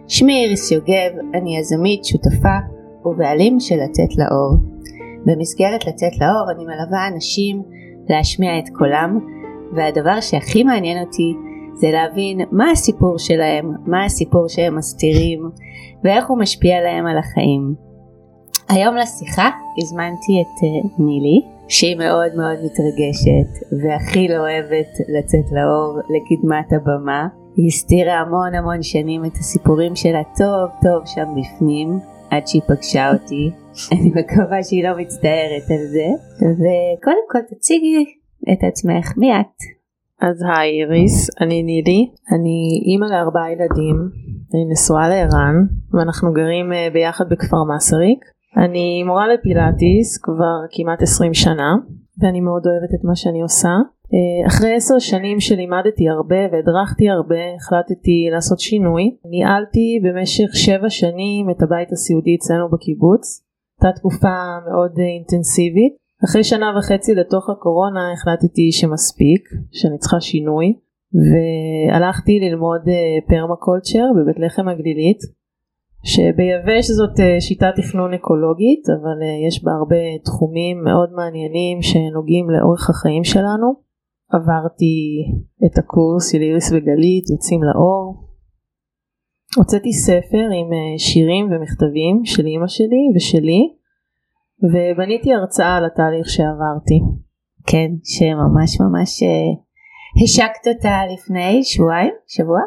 שמי איריס יוגב, אני יזמית, שותפה ובעלים של לצאת לאור. במסגרת לצאת לאור אני מלווה אנשים להשמיע את קולם, והדבר שהכי מעניין אותי זה להבין מה הסיפור שלהם, מה הסיפור שהם מסתירים ואיך הוא משפיע להם על החיים. היום לשיחה הזמנתי את נילי, שהיא מאוד מאוד מתרגשת והכי לא אוהבת לצאת לאור לקדמת הבמה. היא הסתירה המון שנים את הסיפורים שלה טוב שם בפנים, עד שהיא פגשה אותי. אני מקווה שהיא לא מצטערת על זה. וקודם כל תציגי את עצמך, מי את? אז היי איריס, אני נילי, אני אימא ל4 ילדים, אני נשואה לערן, ואנחנו גרים ביחד בכפר מסריק. אני מורה לפילאטיס כבר כמעט 20 שנה, ואני מאוד אוהבת את מה שאני עושה. אחרי 10 שנים שלימדתי הרבה והדרכתי הרבה, החלטתי לעשות שינוי. ניהלתי במשך 7 שנים את הבית הסיעודי אצלנו בקיבוץ. הייתה תקופה מאוד אינטנסיבית. אחרי 1.5 שנה לתוך הקורונה החלטתי שמספיק, שאני צריכה שינוי, והלכתי ללמוד פרמקולצ'ר בבית לחם הגלילית, שביבש זאת שיטת תכנון אקולוגית, אבל יש בה הרבה תחומים מאוד מעניינים שנוגעים לאורך החיים שלנו. עברתי את הקורס של איריס וגלית יוצאים לאור, הוצאתי ספר עם שירים ומכתבים של אמא שלי ושלי, ובניתי הרצאה על התהליך שעברתי. כן, שממש השקת אותה לפני שבוע?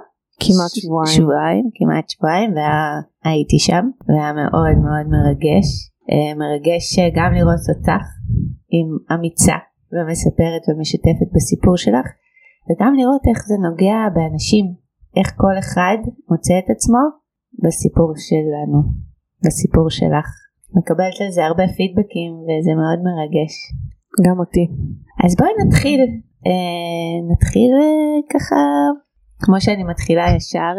כמעט שבועיים, והייתי שם, והיה מאוד מרגש. מרגש גם לראות אותך עם אמיצה ומספרת ומשתפת בסיפור שלך, וגם לראות איך זה נוגע באנשים, איך כל אחד מוצא את עצמו בסיפור שלנו, בסיפור שלך. מקבלת על זה הרבה פידבקים וזה מאוד מרגש. גם אותי. אז בואי נתחיל ככה כמו שאני מתחילה ישר.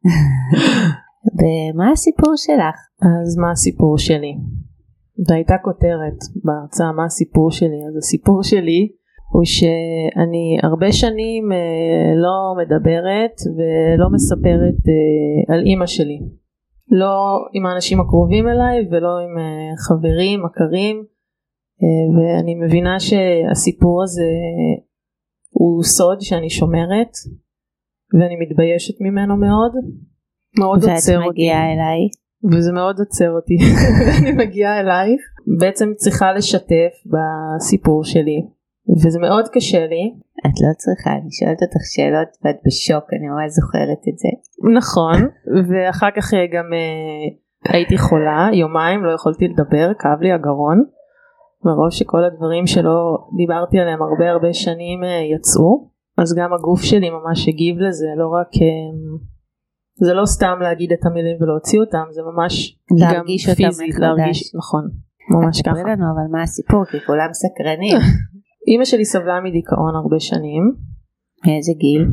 ומה הסיפור שלך? אז מה הסיפור שלי? והייתה כותרת בהרצאה מה הסיפור שלי. אז הסיפור שלי הוא שאני הרבה שנים לא מדברת ולא מספרת על אמא שלי. לא עם האנשים הקרובים אליי ולא עם חברים, מכרים, ואני מבינה שהסיפור הזה הוא סוד שאני שומרת ואני מתביישת ממנו מאוד עוצר אותי. ואת מגיעה אליי? וזה מאוד עוצר אותי. אני מגיעה אלייך, בעצם צריכה לשתף בסיפור שלי, וזה מאוד קשה לי. את לא צריכה, אני שואלת אותך שאלות ואת בשוק, אני ממש זוכרת את זה. נכון, ואחר כך גם הייתי חולה, 2 ימים לא יכולתי לדבר, כאב לי הגרון, מרוב שכל הדברים שלא דיברתי עליהם הרבה שנים יצאו, אז גם הגוף שלי ממש הגיב לזה, לא רק... זה לא סתם להגיד את המילים ולהוציא אותם, זה ממש להרגיש גם אותם פיזית, להרגיש, נכון, ממש ככה. תספרי לנו אבל מה הסיפור, כי כולם סקרנים. אמא שלי סבלה מדיכאון הרבה שנים. מאיזה גיל?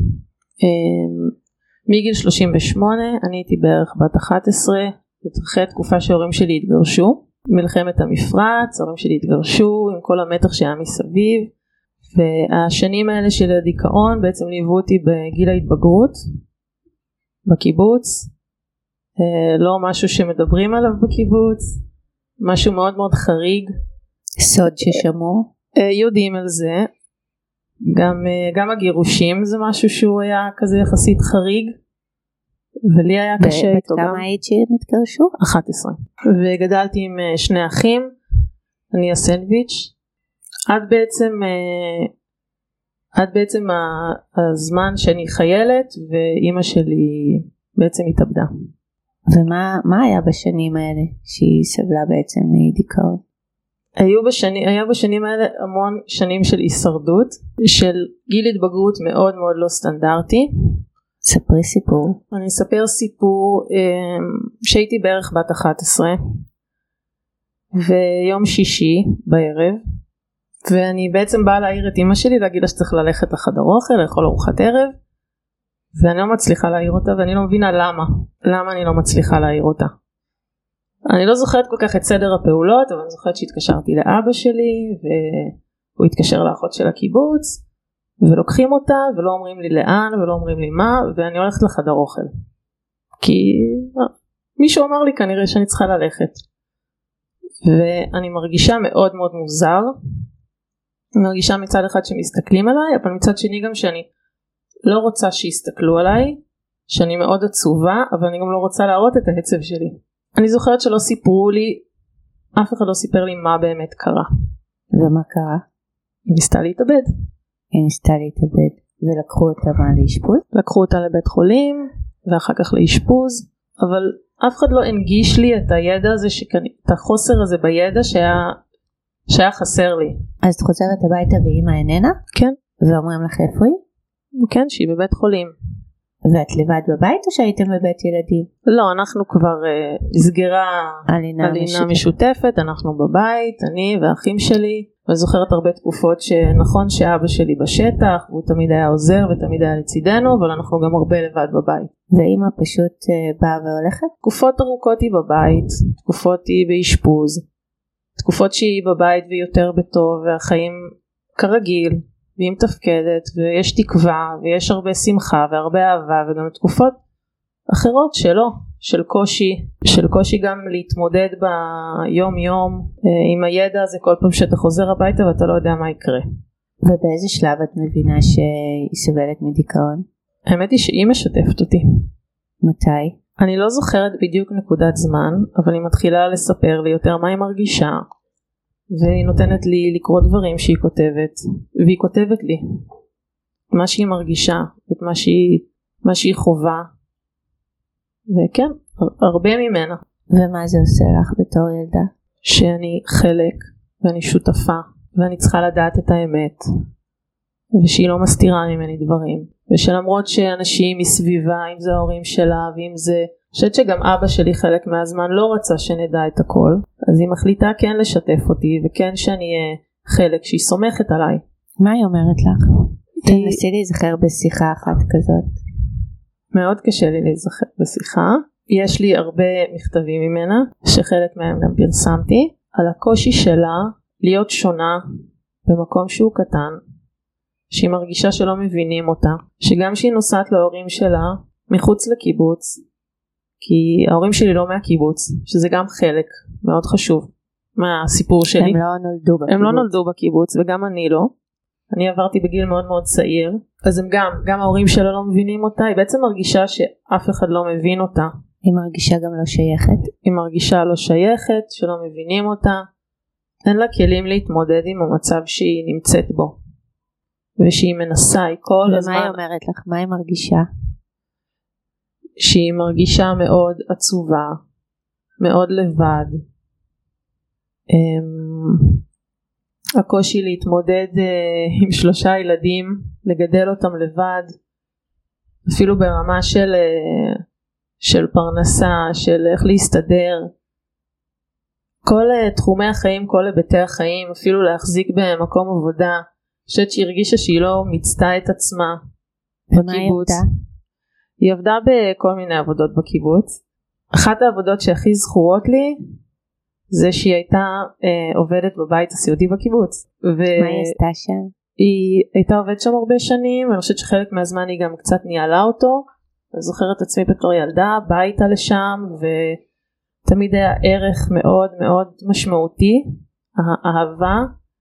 מגיל 38, אני הייתי בערך בת 11, אחרי תקופה שההורים שלי התגרשו, מלחמת המפרץ, ההורים שלי התגרשו עם כל המתח שהיה מסביב, והשנים האלה של הדיכאון בעצם ליוו אותי בגיל ההתבגרות, בקיבוץ, לא משהו שמדברים עליו בקיבוץ, משהו מאוד חריג. סוד ששמעו? יודעים על זה, גם הגירושים זה משהו שהוא היה כזה יחסית חריג, ולי היה קשה איתו גם. וכמה היית שהם התגרשו? 11. וגדלתי עם 2 אחים, אני הסנדוויץ', עד בעצם הזמן שאני חיילת ואימא שלי בעצם התאבדה. ומה היה בשנים האלה שהיא סבלה בעצם מדיכאון? היה בשנים האלה המון שנים של הישרדות, של גיל התבגרות מאוד לא סטנדרטי. ספרי סיפור. אני אספר סיפור שהייתי בערך בת 11 ויום שישי בערב, ואני בעצם באה להעיר את אמא שלי להגיד לה שצריך ללכת לחדר אוכל לאכול ארוחת ערב, ואני לא מצליחה להעיר אותה, ואני לא מבינה למה אני לא מצליחה להעיר אותה. אני לא זוכרת כל כך את סדר הפעולות, אבל אני זוכרת שהתקשרתי לאבא שלי והוא התקשר לאחות של הקיבוץ, ולוקחים אותה ולא אומרים לי לאן ולא אומרים לי מה, ואני הולכת לחדר אוכל. כי מישהו אמר לי כנראה שאני צריכה ללכת, ואני מרגישה מאוד מאוד מוזר. אני מרגישה מצד אחד שמסתכלים עליי, אבל מצד שני גם שאני לא רוצה שיסתכלו עליי, שאני מאוד עצובה, אבל אני גם לא רוצה להראות את העצב שלי. אני זוכרת שלא סיפרו לי, אף אחד לא סיפר לי מה באמת קרה. ומה קרה? היא ניסתה להתאבד. היא ניסתה להתאבד, ולקחו אותה מה, לאשפוז? לקחו אותה לבית חולים, ואחר כך לאשפוז, אבל אף אחד לא הנגיש לי את הידע הזה, את החוסר הזה בידע שהיה חסר לי. אז את חוזרת הביתה ואמא איננה? כן. ואומרים לך איפה היא? כן, שהיא בבית חולים. ואת לבד בבית או שהייתם בבית ילדים? לא, אנחנו כבר נסגרה הלינה משותפת, אנחנו בבית, אני והאחים שלי, וזוכרת הרבה תקופות שנכון שאבא שלי בשטח, והוא תמיד היה עוזר ותמיד היה לצידנו, אבל אנחנו גם הרבה לבד בבית. ואמא פשוט באה והולכת? תקופות ארוכות היא בבית, תקופות היא באשפוז, תקופות שהיא בבית והיא יותר בטוב, והחיים כרגיל, והיא מתפקדת, ויש תקווה, ויש הרבה שמחה והרבה אהבה, וגם תקופות אחרות של קושי גם להתמודד ביום יום עם הידע הזה כל פעם שאתה חוזר הביתה ואתה לא יודע מה יקרה. ובאיזה שלב את מבינה שהיא סובלת מדיכאון? האמת היא שהיא משתפת אותי. מתי? אני לא זוכרת בדיוק נקודת זמן, אבל היא מתחילה לספר לי יותר מה היא מרגישה, והיא נותנת לי לקרוא דברים שהיא כותבת, והיא כותבת לי מה שהיא מרגישה, את מה שהיא חובה, וכן, הרבה ממנה. ומה זה עושה לך בתור ילדה? שאני חלק, ואני שותפה, ואני צריכה לדעת את האמת, ושהיא לא מסתירה ממני דברים, ושלמרות שאנשים מסביבה, אם זה ההורים שלה, ואם זה, אני חושבת שגם אבא שלי חלק מהזמן לא רצה שנדע את הכל, אז היא מחליטה כן לשתף אותי, וכן שאני אהיה חלק, שהיא סומכת עליי. מה היא אומרת לך? תנסי להיזכר בשיחה אחת כזאת. מאוד קשה לי להיזכר בשיחה. יש לי הרבה מכתבים ממנה, שחלק מהם גם פרסמתי, על הקושי שלה להיות שונה במקום שהוא קטן, שהיא מרגישה שלא מבינים אותה, שגם שהיא נוסעת להורים שלה מחוץ לקיבוץ, כי ההורים שלי לא מהקיבוץ, שזה גם חלק מאוד חשוב מהסיפור שלי. הם לא נולדו בקיבוץ וגם אני לא. אני עברתי בגיל מאוד מאוד צעיר, אז הם גם ההורים שלה לא מבינים אותה, היא בעצם מרגישה שאף אחד לא מבין אותה. היא מרגישה גם לא שייכת. היא מרגישה לא שייכת, שלא מבינים אותה, אין לה כלים להתמודד עם המצב שהיא נמצאת בו, ושהיא מנסה, היא כל הזמן. ומה היא אומרת לך? מה היא מרגישה? שהיא מרגישה מאוד עצובה, מאוד לבד, הקושי להתמודד עם 3 ילדים, לגדל אותם לבד, אפילו ברמה של פרנסה, של איך להסתדר, כל תחומי החיים, כל היבטי החיים, אפילו להחזיק במקום עבודה. אני חושבת שהיא הרגישה שהיא לא מיצתה את עצמה בקיבוץ. היא עבדה בכל מיני עבודות בקיבוץ. אחת העבודות שהכי זכורות לי זה שהיא הייתה עובדת בבית הסיעודי בקיבוץ. מה היא עשתה שם? היא הייתה עובדת שם הרבה שנים, ואני חושבת שחלק מהזמן היא גם קצת ניהלה אותו. אני זוכרת עצמי בתור ילדה, באה איתה לשם, ותמיד היה ערך מאוד מאוד משמעותי, האהבה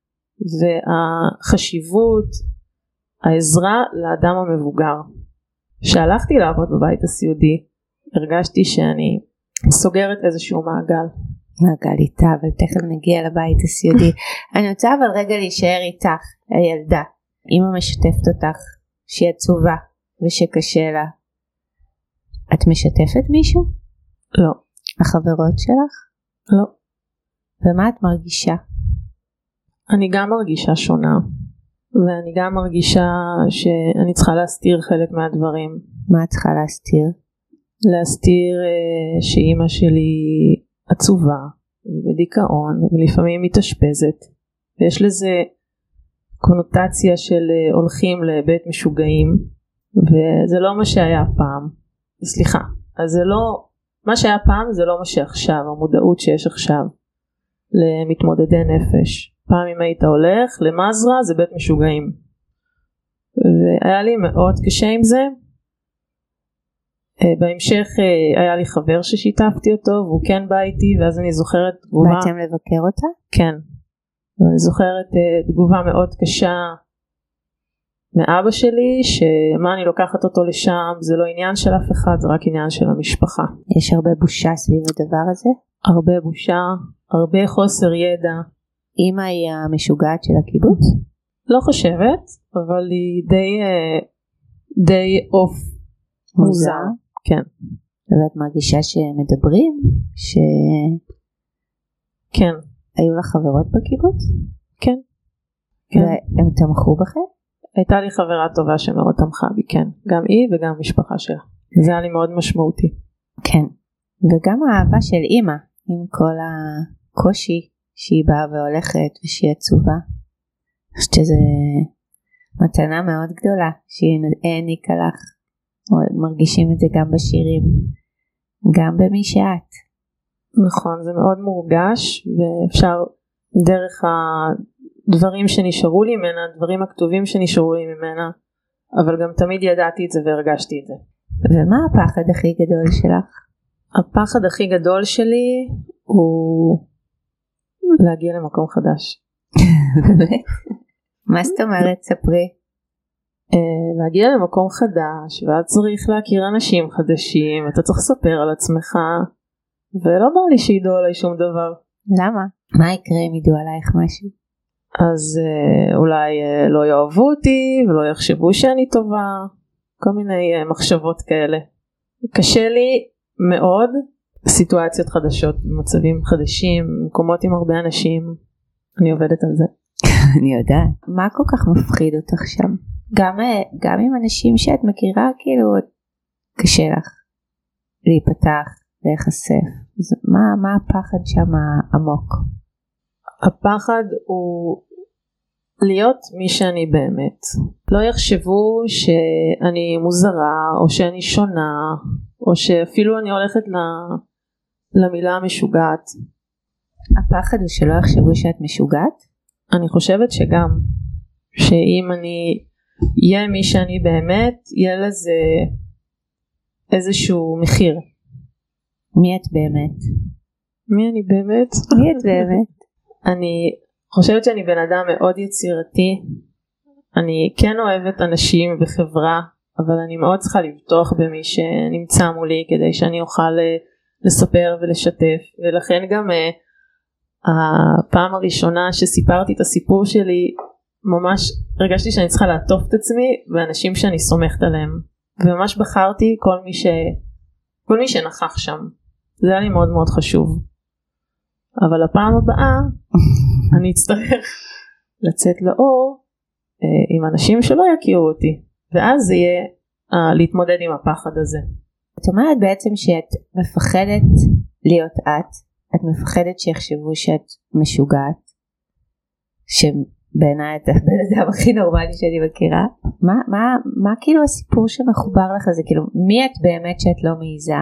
והחשיבות, העזרה לאדם המבוגר. כשהלכתי לעבוד בבית הסיעודי, הרגשתי שאני סוגרת איזשהו מעגל איתה, אבל תכף נגיע לבית הסיעודי. אני רוצה אבל רגע להישאר איתך, הילדה. אמא משתפת אותך שהיא עצובה ושקשה לה. את משתפת מישהו? לא. החברות שלך? לא. ומה את מרגישה? אני גם מרגישה שונה, ואני גם מרגישה שאני צריכה להסתיר חלק מהדברים. מה את צריכה להסתיר? להסתיר שאימא שלי עצובה ודיכאון, ולפעמים מתאשפזת, ויש לזה קונוטציה של הולכים לבית משוגעים, וזה לא מה שהיה פעם. סליחה, אז זה לא, מה שהיה פעם זה לא מה שעכשיו, המודעות שיש עכשיו למתמודדי נפש. פעם אם היית הולך למזרה זה בית משוגעים, והיה לי מאוד קשה עם זה. בהמשך היה לי חבר ששיתפתי אותו והוא כן בא איתי, ואז אני זוכרת תגובה. באתם לבקר אותה? כן, ואני זוכרת תגובה מאוד קשה מאבא שלי, שמה אני לוקחת אותו לשם, זה לא עניין של אף אחד, זה רק עניין של המשפחה. יש הרבה בושה סביב הדבר הזה? הרבה בושה, הרבה חוסר ידע. אמא היא המשוגעת של הקיבוץ? לא חושבת, אבל היא די אוף מוזר. כן. ואת מרגישה שמדברים? כן. היו לך חברות בקיבוץ? כן. והם תמכו בכם? הייתה לי חברה טובה שמאוד תמכה בי, כן. גם היא וגם המשפחה שלה. זה היה לי מאוד משמעותי. כן. וגם האהבה של אמא, עם כל הקושי שהיא באה והולכת ושהיא עצובה. אני חושבת שזו מתנה מאוד גדולה שהיא העניקה לך. מרגישים את זה גם בשירים, גם במי שאת. נכון, זה מאוד מורגש, ואפשר דרך הדברים שנשארו לי ממנה, הדברים הכתובים שנשארו לי ממנה, אבל גם תמיד ידעתי את זה והרגשתי את זה. ומה הפחד הכי גדול שלך? הפחד הכי גדול שלי הוא להגיע למקום חדש. מה זאת אומרת? ספרי. להגיע למקום חדש, ואת צריך להכיר אנשים חדשים, אתה צריך לספר על עצמך, ולא בא לי שידעו עליי שום דבר. למה? מה יקרה אם ידעו עלייך משהו? אז אולי לא יאהבו אותי, ולא יחשבו שאני טובה, כל מיני מחשבות כאלה. קשה לי מאוד סיטואציות חדשות, מצבים חדשים, מקומות עם הרבה אנשים, אני עובדת על זה. אני יודעת. מה כל כך מפחיד אותך שם? גם עם אנשים שאת מכירה, כאילו קשה לך להיפתח, להיחשף. מה הפחד שם עמוק? הפחד הוא להיות מי שאני באמת. לא יחשבו שאני מוזרה, או שאני שונה, או שאפילו אני הולכת למילה המשוגעת. הפחד הוא שלא יחשבו שאת משוגעת? אני חושבת שגם, שאם אני יהיה מי שאני באמת, יהיה לזה איזשהו מחיר. מי את באמת? מי אני באמת? מי את באמת? אני חושבת שאני בן אדם מאוד יצירתי, אני כן אוהבת אנשים וחברה, אבל אני מאוד צריכה לבטוח במי שנמצא מולי, כדי שאני אוכל לספר ולשתף, ולכן גם הפעם הראשונה שסיפרתי את הסיפור שלי, ממש הרגשתי שאני צריכה לעטוף את עצמי באנשים שאני סומכת עליהם, וממש בחרתי כל מי שנכח שם. זה היה לי מאוד מאוד חשוב. אבל הפעם הבאה אני אצטרך לצאת לאור עם אנשים שלא יכירו אותי, ואז זה יהיה להתמודד עם הפחד הזה. את אומרת בעצם שאת מפחדת להיות את מפחדת שיחשבו שאת משוגעת, שבעיניי את הבן אדם הכי נורמלי שאני מכירה. מה כאילו הסיפור שמחובר לך הזה? כאילו מי את באמת שאת לא מעיזה?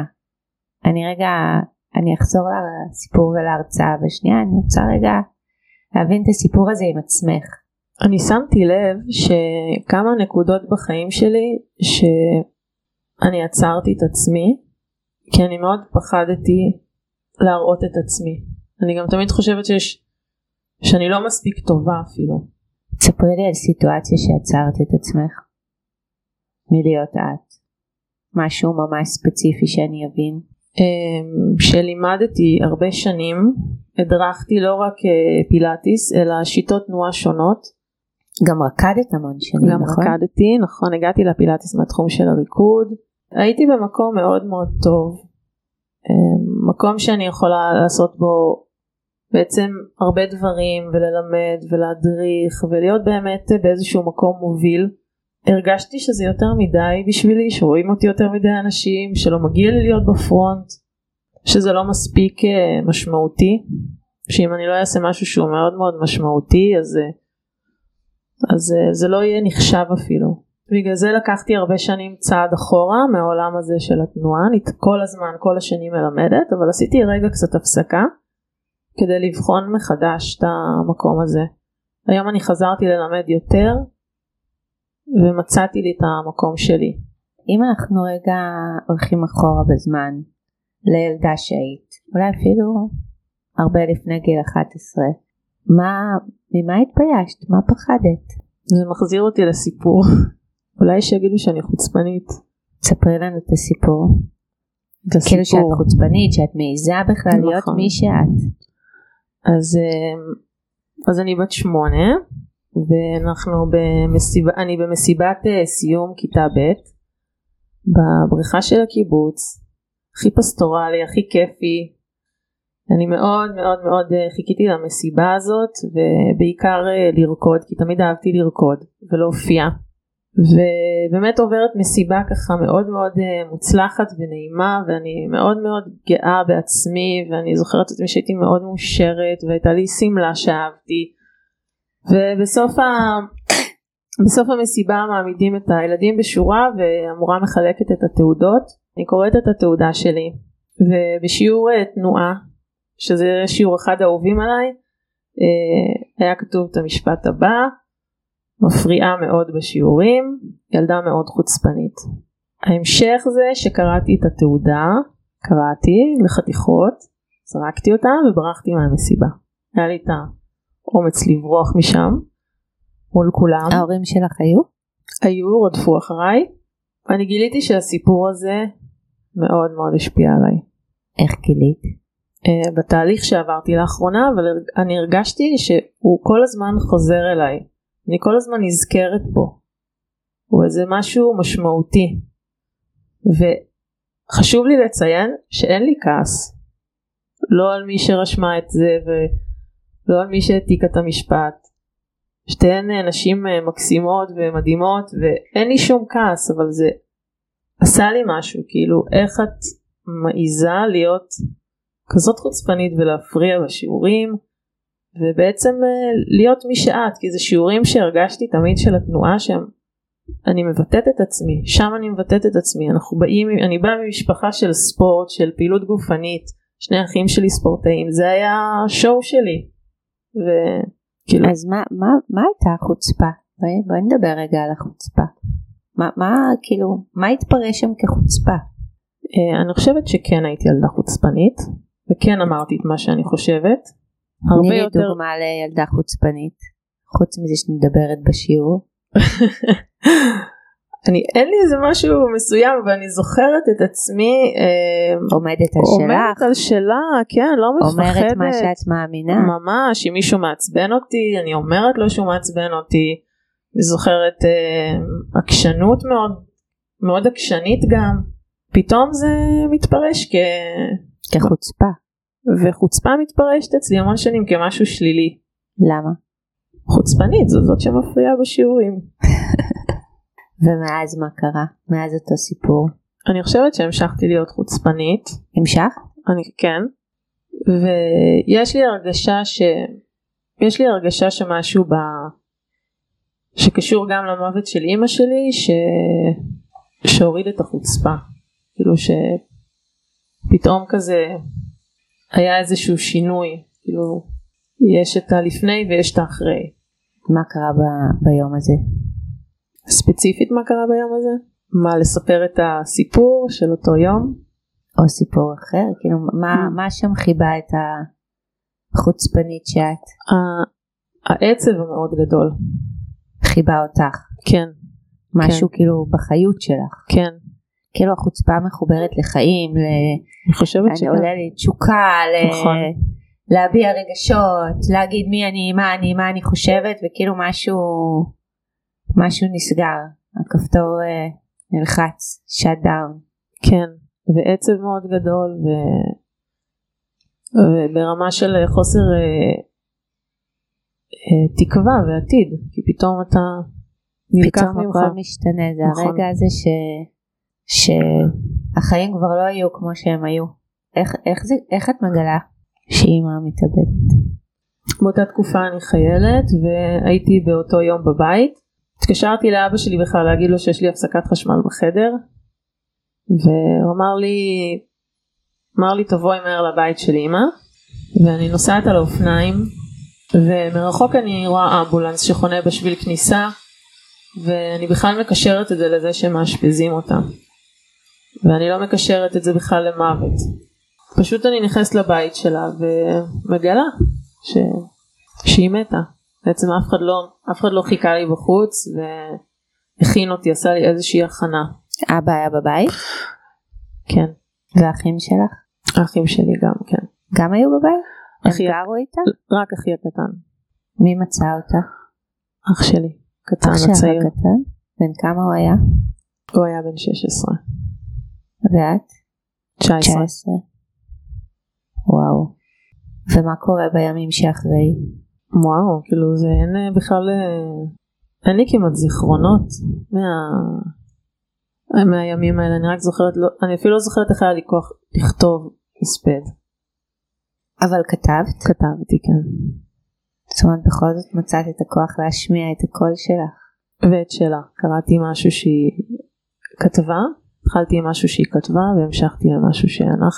אני אחזור לסיפור ולהרצאה בשנייה, אני רוצה רגע להבין את הסיפור הזה עם עצמך. אני שמתי לב שכמה נקודות בחיים שלי שאני עצרתי את עצמי, כי אני מאוד פחדתי להראות את עצמי. אני גם תמיד חושבת שאני לא מספיק טובה אפילו. תספרי לי על סיטואציה שעצרת את עצמך מלהיות את. משהו ממש ספציפי שאני אבין. שלימדתי הרבה שנים, הדרכתי לא רק פילאטיס אלא שיטות תנועה שונות. גם רקדת המון שנים, גם נכון? רקדתי, נכון, הגעתי לפילאטיס מהתחום של הריקוד. הייתי במקום מאוד מאוד טוב, מקום שאני יכולה לעשות בו בעצם הרבה דברים, וללמד ולהדריך ולהיות באמת באיזשהו מקום מוביל. הרגשתי שזה יותר מדי בשבילי, שרואים אותי יותר מדי אנשים, שלא מגיע לי להיות בפרונט, שזה לא מספיק משמעותי, שאם אני לא אעשה משהו שהוא מאוד מאוד משמעותי, אז זה לא יהיה נחשב אפילו. בגלל זה לקחתי הרבה שנים צעד אחורה מהעולם הזה של התנועה. אני כל הזמן, כל השנים מלמדת, אבל עשיתי רגע קצת הפסקה כדי לבחון מחדש את המקום הזה. היום אני חזרתי ללמד יותר ומצאתי לי את המקום שלי. אם אנחנו רגע הולכים אחורה בזמן לילדה שהיית, אולי אפילו הרבה לפני גיל 11, ממה התביישת? מה פחדת? זה מחזיר אותי לסיפור. אולי שיגידו שאני חוצפנית. תספרי לנו את הסיפור. כאילו שאת חוצפנית, שאת מעיזה בכלל להיות מי שאת. אז אני בת 8, אני במסיבת סיום כיתה ב' בבריכה של הקיבוץ, הכי פסטורלי, הכי כיפי. אני מאוד מאוד מאוד חיכיתי למסיבה הזאת, ובעיקר לרקוד, כי תמיד אהבתי לרקוד ולהופיע. ובאמת עוברת מסיבה ככה מאוד מאוד מוצלחת ונעימה, ואני מאוד מאוד גאה בעצמי, ואני זוכרת את עצמי שהייתי מאוד מאושרת, והייתה לי סמלה שאהבתי. ובסוף המסיבה מעמידים את הילדים בשורה, והמורה מחלקת את התעודות. אני קוראת את התעודה שלי, ובשיעור תנועה, שזה שיעור אחד האהובים עליי, היה כתוב את המשפט הבא: מפריעה מאוד בשיעורים, ילדה מאוד חוצפנית. ההמשך זה שקראתי את התעודה, קראתי לחתיכות, זרקתי אותה וברחתי מהמסיבה. היה לי את האומץ לברוח משם מול כולם. ההורים שלך היו? היו, רדפו אחריי. אני גיליתי שהסיפור הזה מאוד מאוד השפיע עליי. איך גילית? בתהליך שעברתי לאחרונה, אבל אני הרגשתי שהוא כל הזמן חוזר אליי. אני כל הזמן נזכרת בו. הוא איזה משהו משמעותי. וחשוב לי לציין שאין לי כעס. לא על מי שרשמה את זה ולא על מי שהעתיק את המשפט. שתיהן נשים מקסימות ומדהימות, ואין לי שום כעס, אבל זה עשה לי משהו. כאילו, איך את מעיזה להיות כזאת חוצפנית ולהפריע בשיעורים, ובעצם להיות מי שאת, כי זה שיעורים שהרגשתי תמיד של התנועה, שאני מבטאת את עצמי, שם אני מבטאת את עצמי. אני באה ממשפחה של ספורט, של פעילות גופנית, שני אחים שלי ספורטאים, זה היה שואו שלי. וכאילו... אז מה הייתה החוצפה? בואי נדבר רגע על החוצפה. מה התפרש שם כחוצפה? אני חושבת שכן הייתי ילדה חוצפנית, וכן אמרתי את מה שאני חושבת. תני לי דוגמה לילדה חוצפנית, חוץ מזה שנדברת בשיעור. אין לי איזה משהו מסוים, ואני זוכרת את עצמי עומדת על שלה, כן, לא מפחדת. אומרת מה שאת מאמינה. ממש, אם מישהו מעצבן אותי, אני אומרת לו שהוא מעצבן אותי. אני זוכרת עקשנות מאוד, מאוד עקשנית גם. פתאום זה מתפרש כחוצפה. וחוצפה מתפרשת אצלי המון שנים כמשהו שלילי. למה? חוצפנית, זאת שמפריעה בשיעורים. ומאז מה קרה? מאז אותו סיפור? אני חושבת שהמשכתי להיות חוצפנית. המשך? כן. ויש לי הרגשה שמשהו שקשור גם למוות של אמא שלי, שהוריד את החוצפה. כאילו שפתאום כזה היה איזשהו שינוי, כאילו יש את הלפני ויש את האחרי. מה קרה ביום הזה? ספציפית מה קרה ביום הזה? מה, לספר את הסיפור של אותו יום? או סיפור אחר? כאילו מה שם חיבה את החוצפנית שאת? העצב המאוד גדול. חיבה אותך? כן. משהו כן. כאילו בחיות שלך? כן. כאילו החוצפה מחוברת לחיים, אני חושבת שכן. עולה לי תשוקה, נכון. להביע רגשות, להגיד מי אני, מה אני חושבת, וכאילו משהו נסגר, הכפתור נלחץ, shut down. כן, ועצב מאוד גדול, וברמה של חוסר תקווה ועתיד, כי פתאום אתה נלקח ממך. פתאום הכל משתנה, זה נכון. הרגע הזה שהחיים כבר לא היו כמו שהם היו. איך את מגלה שאמא מתאבדת? באותה תקופה אני חיילת, והייתי באותו יום בבית. התקשרתי לאבא שלי בכלל להגיד לו שיש לי הפסקת חשמל בחדר, והוא אמר לי תבואי מהר לבית של אמא, ואני נוסעת על האופניים, ומרחוק אני רואה אמבולנס שחונה בשביל כניסה, ואני בכלל מקשרת את זה לזה שמאשפזים אותה. ואני לא מקשרת את זה בכלל למוות. פשוט אני נכנסת לבית שלה ומגלה שהיא מתה. בעצם אף אחד לא חיכה לי בחוץ והכין אותי, עשה לי איזושהי הכנה. אבא היה בבית? כן. והאחים שלך? האחים שלי גם, כן. גם היו בבית? הם גרו איתה? רק אחי הקטן. מי מצא אותה? אח שלי, קטן הצעיר. אח שלך קטן? בן כמה הוא היה? הוא היה בן 16. ואת? 19. וואו. ומה קורה בימים שאחרי? וואו, כאילו זה אין בכלל, אין לי כמעט זיכרונות מהימים האלה. אני רק זוכרת, אני אפילו לא זוכרת איך היה לי כוח לכתוב הספד. אבל כתבת? כתבתי, כן. זאת אומרת, בכל זאת מצאת את הכוח להשמיע את הקול שלך. ואת שלה. קראתי משהו שהיא כתבה, התחלתי עם משהו שהיא כתבה, והמשכתי למשהו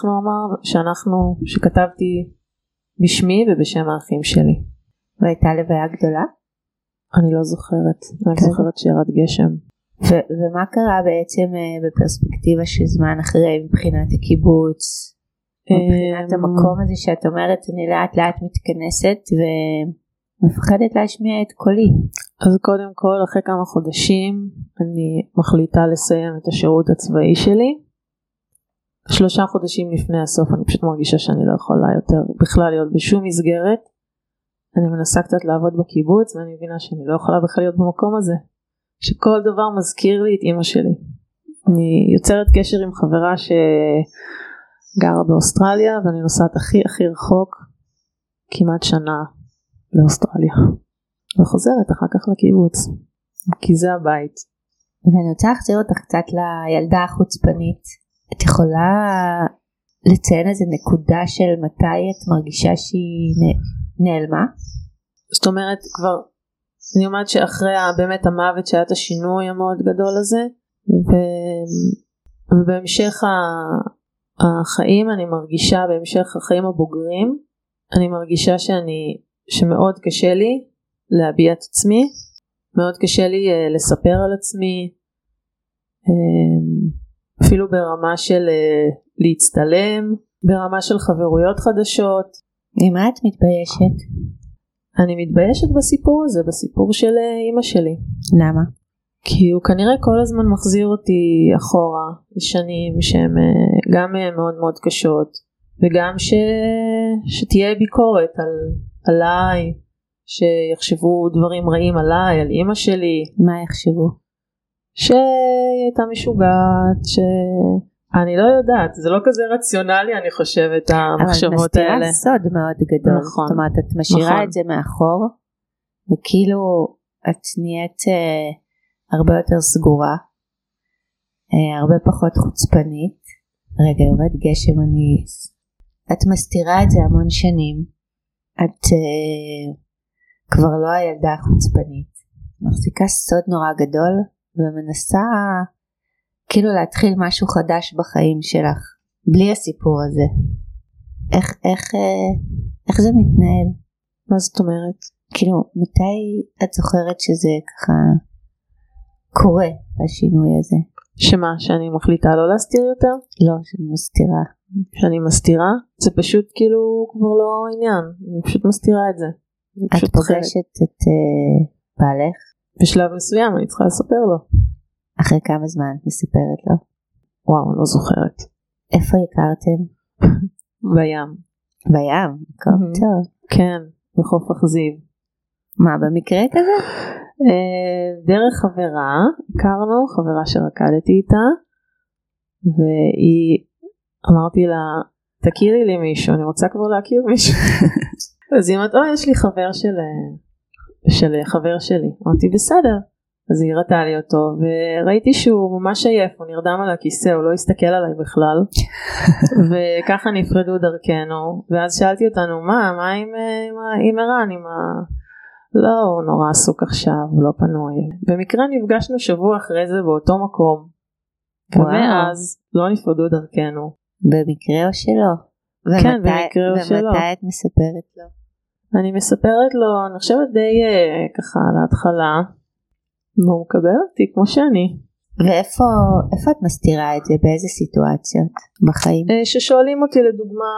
שכתבתי בשמי ובשם האחים שלי. והייתה לוויה גדולה? אני לא זוכרת. אני זוכרת שירד גשם. ומה קרה בעצם בפרספקטיבה של זמן אחרי, מבחינת הקיבוץ? מבחינת המקום הזה שאת אומרת, אני לאט לאט מתכנסת ומפחדת להשמיע את קולי. אז קודם כל, אחרי כמה חודשים, אני מחליטה לסיים את השירות הצבאי שלי. 3 חודשים לפני הסוף, אני פשוט מרגישה שאני לא יכולה יותר בכלל להיות בשום מסגרת. אני מנסה קצת לעבוד בקיבוץ, ואני מבינה שאני לא יכולה בכלל להיות במקום הזה. שכל דבר מזכיר לי את אמא שלי. אני יוצרת קשר עם חברה גרה באוסטרליה, ואני נוסעת הכי רחוק, כמעט שנה לאוסטרליה, וחוזרת אחר כך לקיבוץ, כי זה הבית. ואני רוצה להחזיר אותך קצת לילדה החוצפנית. את יכולה לציין איזה נקודה של מתי את מרגישה שהיא נעלמה? זאת אומרת, כבר אני אומרת שאחרי באמת המוות שהיה את השינוי המאוד גדול הזה, ובהמשך החיים אני מרגישה, בהמשך החיים הבוגרים, אני מרגישה שמאוד קשה לי להביע את עצמי, מאוד קשה לי לספר על עצמי, אפילו ברמה של להצטלם, ברמה של חברויות חדשות. ממה את מתביישת? אני מתביישת בסיפור הזה, בסיפור של אמא שלי. למה? כי הוא כנראה כל הזמן מחזיר אותי אחורה לשנים שהן גם מאוד מאוד קשות, וגם שתהיה ביקורת עליי, שיחשבו דברים רעים עליי, על אמא שלי. מה יחשבו? שהיא הייתה משוגעת, אני לא יודעת, זה לא כזה רציונלי אני חושבת המחשבות האלה. אבל מסתירה סוד מאוד גדול. נכון. זאת אומרת, את משאירה את זה מאחור, וכאילו את נהיית הרבה יותר סגורה, הרבה פחות חוצפנית. רגע, יורד גשם, את מסתירה את זה המון שנים. את כבר לא הילדה החוצפנית. מחזיקה סוד נורא גדול, ומנסה כאילו להתחיל משהו חדש בחיים שלך, בלי הסיפור הזה. איך זה מתנהל? מה זאת אומרת? כאילו, מתי את זוכרת שזה ככה קורה, השינוי הזה? שמה, שאני מחליטה לא להסתיר יותר? לא, שאני מסתירה. שאני מסתירה? זה פשוט כאילו כבר לא עניין, אני פשוט מסתירה את זה. את פוגשת את בעלך? בשלב מסוים אני צריכה לספר לו. אחרי כמה זמן את מספרת לו? וואו, לא זוכרת. איפה הכרתם? בים. בים? מקום טוב. כן, בחוף אכזיב. מה, במקרה כזה? דרך חברה, הכרנו, חברה שרקדתי איתה, והיא, אמרתי לה, תכירי לי מישהו, אני רוצה כבר להכיר מישהו. אז היא אמרת, יש לי חבר של חבר שלי. אמרתי, בסדר. אז היא הראתה לי אותו, וראיתי שהוא ממש עייף, הוא נרדם על הכיסא, הוא לא הסתכל עליי בכלל, וככה נפרדו דרכנו, ואז שאלתי אותנו, מה עם ערן, לא, הוא נורא עסוק עכשיו, הוא לא פנוי. במקרה נפגשנו שבוע אחרי זה באותו מקום, ומאז לא נפרדו דרכנו. במקרה או שלא? כן, במקרה או שלא. ומתי את מספרת לו? אני מספרת לו, אני חושבת די ככה על ההתחלה, והוא מקבל אותי כמו שאני. ואיפה את מסתירה את זה? באיזה סיטואציות בחיים? ששואלים אותי לדוגמה,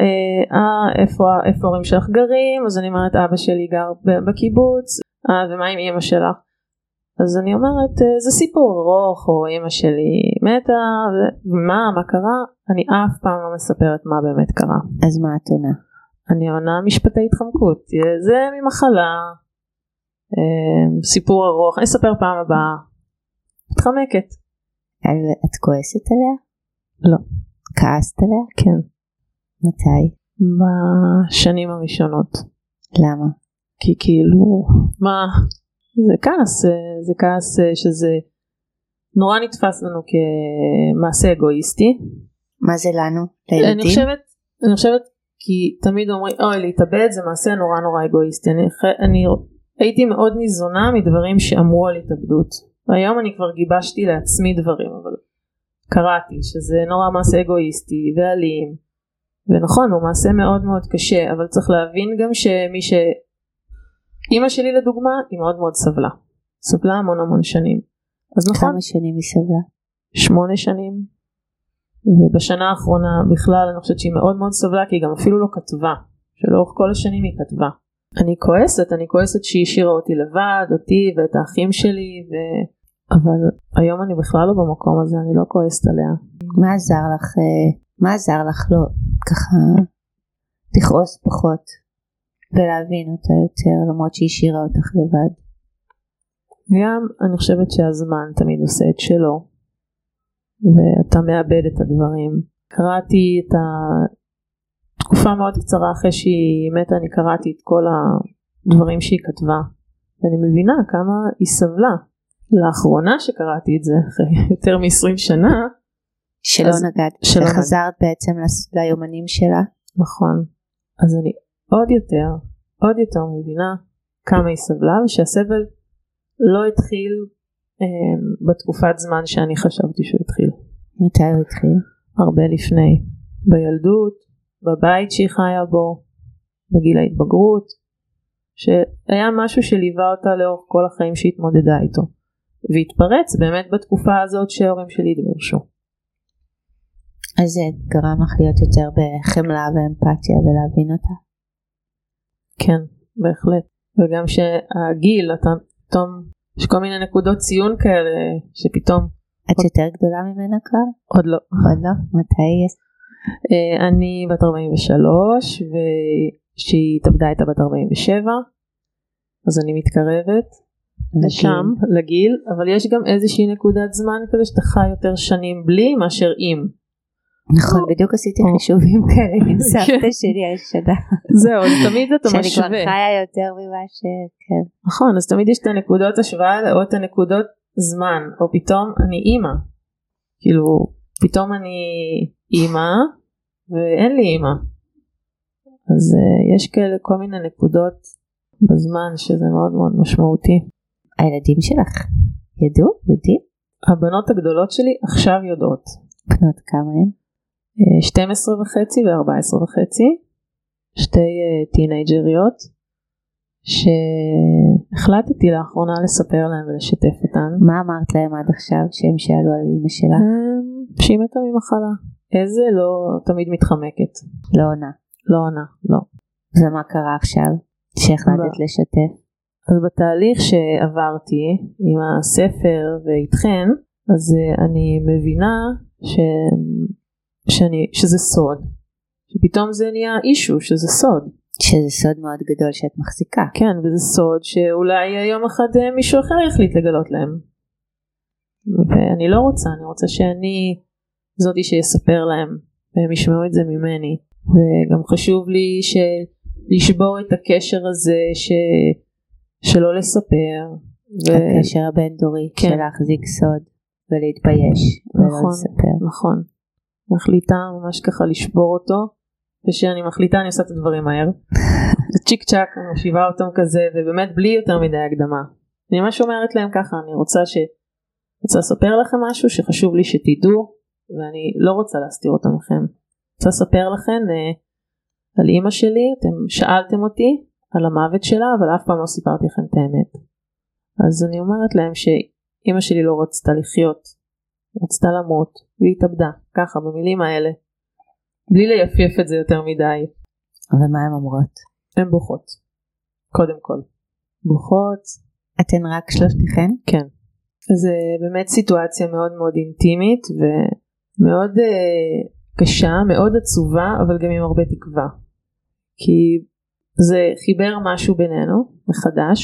איפה ההורים שלך גרים? אז אני אומרת, אבא שלי גר בקיבוץ. ומה עם אמא שלך? אז אני אומרת, זה סיפור ארוך, או אמא שלי מתה, ומה קרה? אני אף פעם לא מספרת מה באמת קרה. אז מה את עונה? אני עונה משפטי התחמקות. זה ממחלה, סיפור ארוך, אני אספר פעם הבאה. מתחמקת. את כועסת עליה? לא. כעסת עליה? כן. מתי? בשנים הראשונות. למה? כי כאילו, מה? זה כעס שזה נורא נתפס לנו כמעשה אגואיסטי. מה זה לנו? לילדים? אני חושבת כי תמיד אומרים, להתאבד זה מעשה נורא אגואיסטי. אני הייתי מאוד ניזונה מדברים שאמרו על התאבדות. היום אני כבר גיבשתי לעצמי דברים, אבל קראתי שזה נורא מעשה אגואיסטי ואלים, ונכון, הוא מעשה מאוד מאוד קשה, אבל צריך להבין גם אמא שלי לדוגמה היא מאוד מאוד סבלה המון שנים. אז נכון, כמה שנים היא סבלה? 8 שנים, ובשנה האחרונה בכלל אני חושבת שהיא מאוד מאוד סבלה, כי היא גם אפילו לא כתבה, שלאורך כל השנים היא כתבה. אני כועסת שהיא השאירה אותי לבד, אותי ואת האחים שלי, אבל היום אני בכלל לא במקום הזה, אני לא כועסת עליה. מה עזר לך לא ככה לכעוס פחות ולהבין אותה יותר, למרות שהיא השאירה אותך לבד? גם אני חושבת שהזמן תמיד עושה את שלו, ואתה מאבד את הדברים. קראתי את תקופה מאוד קצרה אחרי שהיא מתה, אני קראתי את כל הדברים שהיא כתבה, ואני מבינה כמה היא סבלה. לאחרונה שקראתי את זה, אחרי יותר מ-20 שנה, שלא נגעת, שחזרת בעצם ליומנים שלה. נכון. אז אני עוד יותר מבינה כמה היא סבלה, ושהסבל לא התחיל בתקופת זמן שאני חשבתי שהוא התחיל. מתי הוא התחיל? הרבה לפני. בילדות, בבית שהיא חיה בו, בגיל ההתבגרות, שהיה משהו שליווה אותה לאורך כל החיים שהתמודדה איתו. והתפרץ באמת בתקופה הזאת שההורים שלי התגרשו. אז זה גרם לך להיות יותר בחמלה ואמפתיה ולהבין אותה? כן, בהחלט. וגם שהגיל, פתאום יש כל מיני נקודות ציון כאלה שפתאום... את יותר גדולה ממנה כבר? עוד לא. מתי יש? אני בת 43, ושהיא התאבדה הייתה בת 47, אז אני מתקרבת לשם, לגיל, אבל יש גם איזושהי נקודת זמן כזה שאתה חי יותר שנים בלי מאשר עם. נכון, בדיוק עשיתי חישובים כאלה עם סבתא שלי הישנה. זהו, אז תמיד אתה משווה. שאני כבר חיה יותר ממה כן. נכון, אז תמיד יש את הנקודות השוואה או את הנקודות זמן, או פתאום אני אימא. כאילו, פתאום אני אימא ואין לי אימא. אז יש כאלה כל מיני נקודות בזמן שזה מאוד מאוד משמעותי. הילדים שלך יודעים? הבנות הגדולות שלי עכשיו יודעות. בנות כמה הן? 12 וחצי ו14 וחצי, שתי טינאג'ריות שהחלטתי לאחרונה לספר להם ולשתף אותן. מה אמרת להם עד עכשיו שהם שאלו על אמא שלה? שהיא מתה ממחלה. איזה לא תמיד מתחמקת. לא עונה. לא. ומה קרה עכשיו שהחלטת לשתף? אז בתהליך שעברתי עם הספר ואיתכן, אז אני מבינה שזה סוד, שפתאום זה נהיה אישו, שזה סוד. שזה סוד מאוד גדול שאת מחזיקה. כן, וזה סוד שאולי יום אחד מישהו אחר יחליט לגלות להם. ואני לא רוצה, אני רוצה שאני זאתי שיספר להם, והם ישמעו את זה ממני. וגם חשוב לי לשבור את הקשר הזה שלא לספר. הקשר הבין דורי, כן. של להחזיק סוד ולהתבייש ולא לספר. נכון. מחליטה ממש ככה לשבור אותו, ושאני מחליטה אני עושה את הדברים מהר. זה צ'יק צ'ק, אני משיבה אותם כזה, ובאמת בלי יותר מדי הקדמה. אני ממש אומרת להם ככה, אני רוצה לספר לכם משהו שחשוב לי שתדעו, ואני לא רוצה להסתיר אותם לכם. רוצה לספר לכם על אמא שלי, אתם שאלתם אותי על המוות שלה, אבל אף פעם לא סיפרתי לכם את האמת. אז אני אומרת להם אמא שלי לא רצתה לחיות, רצתה למות, והיא התאבדה, ככה במילים האלה, בלי ליפייף את זה יותר מדי. ומה הן אומרות? הן בוכות, קודם כל. בוכות. אתן רק שלושתכן? כן. זה באמת סיטואציה מאוד מאוד אינטימית, ומאוד קשה, מאוד עצובה, אבל גם עם הרבה תקווה. כי זה חיבר משהו בינינו, מחדש,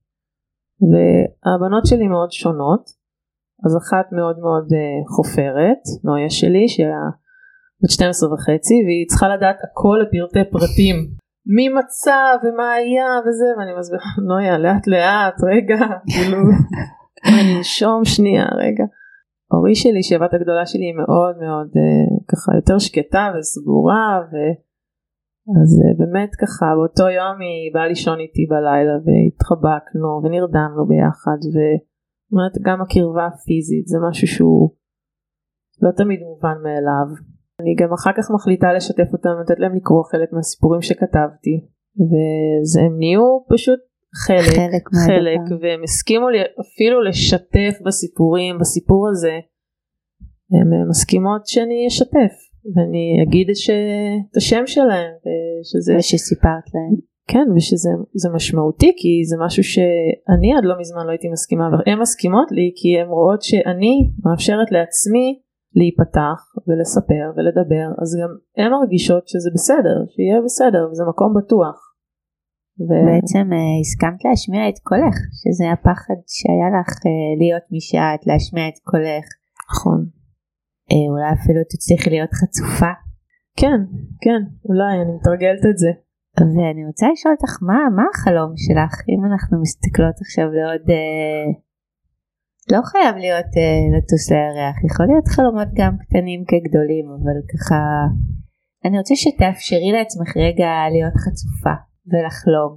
והבנות שלי מאוד שונות, אז אחת מאוד מאוד חופרת, נויה שלי, שהיא בת 12 וחצי, והיא צריכה לדעת הכל לפרטי פרטים, מי מצא ומה היה וזה, ואני מסבירה, נויה, לאט לאט, רגע, כאילו, אני שום שנייה, רגע. אורי שלי, שהבת הגדולה שלי, היא מאוד מאוד ככה יותר שקטה וסגורה, אז באמת ככה, באותו יום היא באה לישון איתי בלילה, והתחבקנו ונרדמנו ביחד, ואומרת, גם הקרבה הפיזית, זה משהו שהוא לא תמיד מובן מאליו. אני גם אחר כך מחליטה לשתף אותם, לתת להם לקרוא חלק מהסיפורים שכתבתי, והם נהיו פשוט חלק, והם הסכימו לי אפילו לשתף בסיפורים, בסיפור הזה, הם מסכימות שאני אשתף, ואני אגיד את השם שלהם, ושסיפרת להם. כן, ושזה משמעותי, כי זה משהו שאני עד לא מזמן לא הייתי מסכימה, והן מסכימות לי, כי הן רואות שאני מאפשרת לעצמי להיפתח ולספר ולדבר, אז גם הן מרגישות שזה בסדר, שיהיה בסדר, וזה מקום בטוח. בעצם הסכמת להשמיע את קולך, שזה הפחד שהיה לך להיות מי שאת, להשמיע את קולך. נכון. אולי אפילו תצליחי להיות חצופה. כן, אולי, אני מתרגלת את זה. ואני רוצה לשאול אותך, מה החלום שלך, אם אנחנו מסתכלות עכשיו לעוד, לא חייב להיות לטוס לירח, יכול להיות חלומות גם קטנים כגדולים, אבל ככה, אני רוצה שתאפשרי לעצמך רגע להיות חצופה ולחלום.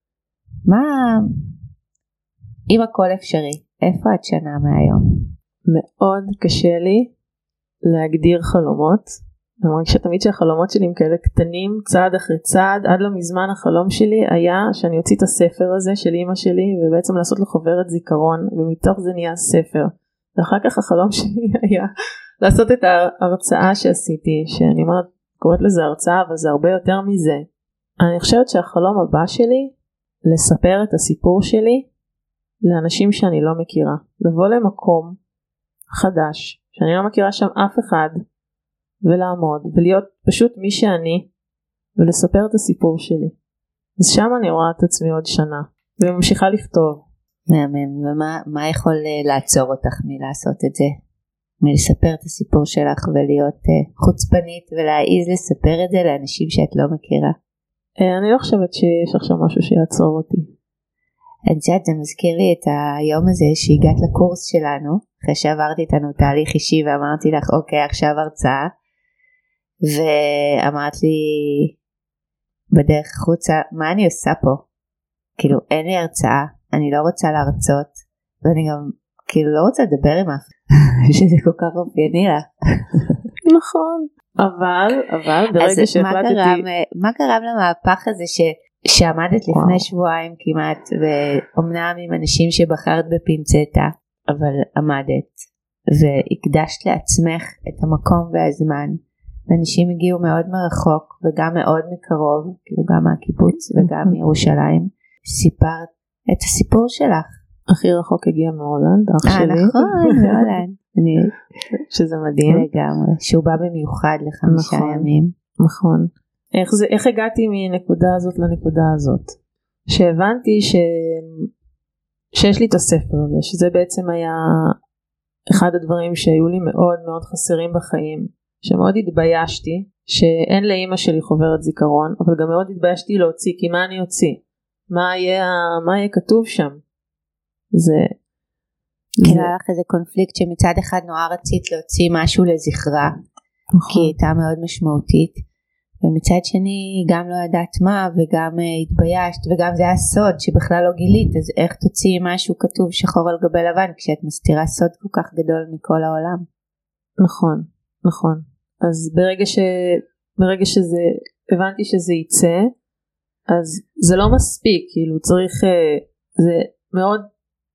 אם הכל אפשרי, איפה את שנה מהיום? מאוד קשה לי להגדיר חלומות, אני מרגישה תמיד שהחלומות שלי הם כאלה קטנים, צעד אחרי צעד. עד לא מזמן החלום שלי היה שאני אוציא את הספר הזה של אמא שלי, ובעצם לעשות לו חוברת זיכרון, ומתוך זה נהיה ספר. ואחר כך החלום שלי היה לעשות את ההרצאה שעשיתי, שאני קוראת לזה הרצאה, אבל זה הרבה יותר מזה. אני חושבת שהחלום הבא שלי, לספר את הסיפור שלי לאנשים שאני לא מכירה, לבוא למקום חדש, שאני לא מכירה שם אף אחד, ולעמוד, ולהיות פשוט מי שאני, ולספר את הסיפור שלי. אז שם אני רואה את עצמי עוד שנה, וממשיכה לכתוב. מהמם, ומה יכול לעצור אותך מלעשות את זה? מלספר את הסיפור שלך, ולהיות חוצפנית, ולהעיז לספר את זה לאנשים שאת לא מכירה? אני לא חושבת שיש עכשיו משהו שיעצור אותי. את יודעת, זה מזכיר לי את היום הזה שהגעת לקורס שלנו, אחרי שעברתי איתנו תהליך אישי, ואמרתי לך, אוקיי, עכשיו הרצאה, ואמרת לי בדרך חוצה, מה אני עושה פה? כאילו, אין לי הרצאה, אני לא רוצה להרצות, ואני גם כאילו לא רוצה לדבר עם אף, שזה כל כך אופייני לך. נכון, אבל ברגע שהחלטתי... מה גרם למהפך הזה שעמדת לפני שבועיים כמעט, ואומנם עם אנשים שבחרת בפינצטה, אבל עמדת, והקדשת לעצמך את המקום והזמן, ואנשים הגיעו מאוד מרחוק, וגם מאוד מקרוב, כאילו גם מהקיבוץ וגם מירושלים, סיפרת את הסיפור שלך. הכי רחוק הגיע מהולנד, אח שלי. נכון, מהולנד. שזה מדהים. לגמרי, שהוא בא במיוחד ל5 ימים. נכון. איך הגעתי מנקודה הזאת לנקודה הזאת? שהבנתי שיש לי את הספר הזה, שזה בעצם היה אחד הדברים שהיו לי מאוד מאוד חסרים בחיים, שמאוד התביישתי, שאין לאמא שלי חוברת זיכרון, אבל גם מאוד התביישתי להוציא, כי מה אני אוציא? מה יהיה כתוב שם? כאילו היה לך איזה קונפליקט שמצד אחד נורא רצית להוציא משהו לזכרה, כי היא הייתה מאוד משמעותית, ומצד שני גם לא ידעת מה, וגם התביישת, וגם זה היה סוד שבכלל לא גילית, אז איך תוציא משהו כתוב שחור על גבי לבן, כשאת מסתירה סוד כל כך גדול מכל העולם? נכון. אז ברגע שזה, הבנתי שזה יצא, אז זה לא מספיק, כאילו צריך, זה מאוד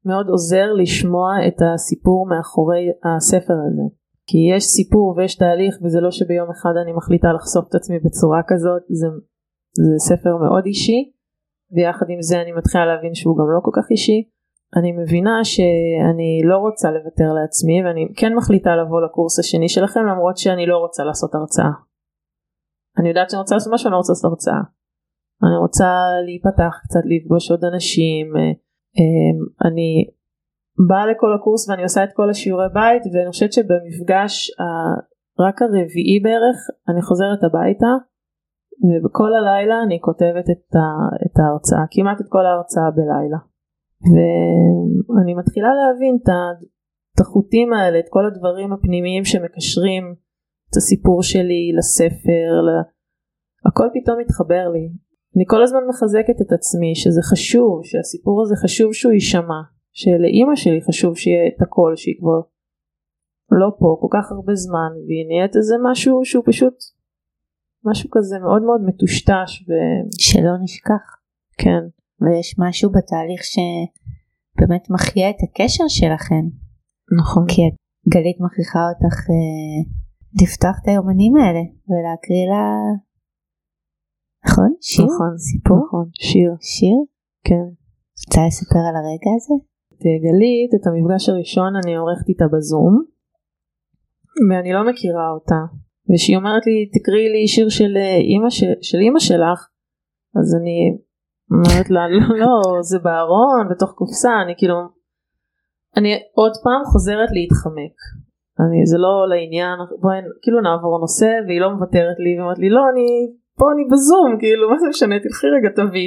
מאוד עוזר לשמוע את הסיפור מאחורי הספר הזה. כי יש סיפור ויש תהליך, וזה לא שביום אחד אני מחליטה לחשוף את עצמי בצורה כזאת. זה ספר מאוד אישי, ויחד עם זה אני מתחילה להבין שהוא גם לא כל כך אישי. אני מבינה שאני לא רוצה לוותר לעצמי, ואני כן מחליטה לבוא לקורס השני שלכם, למרות שאני לא רוצה לעשות הרצאה. אני יודעת שאני רוצה לעשות משהו, אני רוצה לעשות הרצאה. אני רוצה להיפתח קצת, לפגוש עוד אנשים. אני באה לכל הקורס ואני עושה את כל השיעורי בית, ואני חושבת שבמפגש רק הרביעי בערך אני חוזרת הביתה, ובכל הלילה אני כותבת את ההרצאה, כמעט את כל ההרצאה בלילה. ואני מתחילה להבין את החוטים האלה, את כל הדברים הפנימיים שמקשרים את הסיפור שלי לספר, הכל פתאום מתחבר לי. אני כל הזמן מחזקת את עצמי שזה חשוב, שהסיפור הזה חשוב שהוא יישמע, שלאמא שלי חשוב שיהיה את הכל, שהיא כבר לא פה כל כך הרבה זמן, והיא נהיית איזה משהו שהוא פשוט משהו כזה מאוד מאוד מטושטש שלא נשכח. כן. ויש משהו בתהליך שבאמת מחיה את הקשר שלכם. נכון. כי גלית מכריחה אותך לפתוח את היומנים האלה ולהקריא לה, נכון? שיר? נכון. סיפור? נכון. שיר? כן. רוצה לספר על הרגע הזה? את גלית, את המפגש הראשון אני עורכת איתה בזום, ואני לא מכירה אותה, ושהיא אומרת לי תקראי לי שיר של אמא שלך, אז אני אומרת לה לא, זה בארון בתוך קופסה. אני עוד פעם חוזרת להתחמק, זה לא לעניין, בואי כאילו נעבור נושא, והיא לא מוותרת לי ואומרת לי לא, אני בזום, מה זה משנה, תלכי רגע תביא.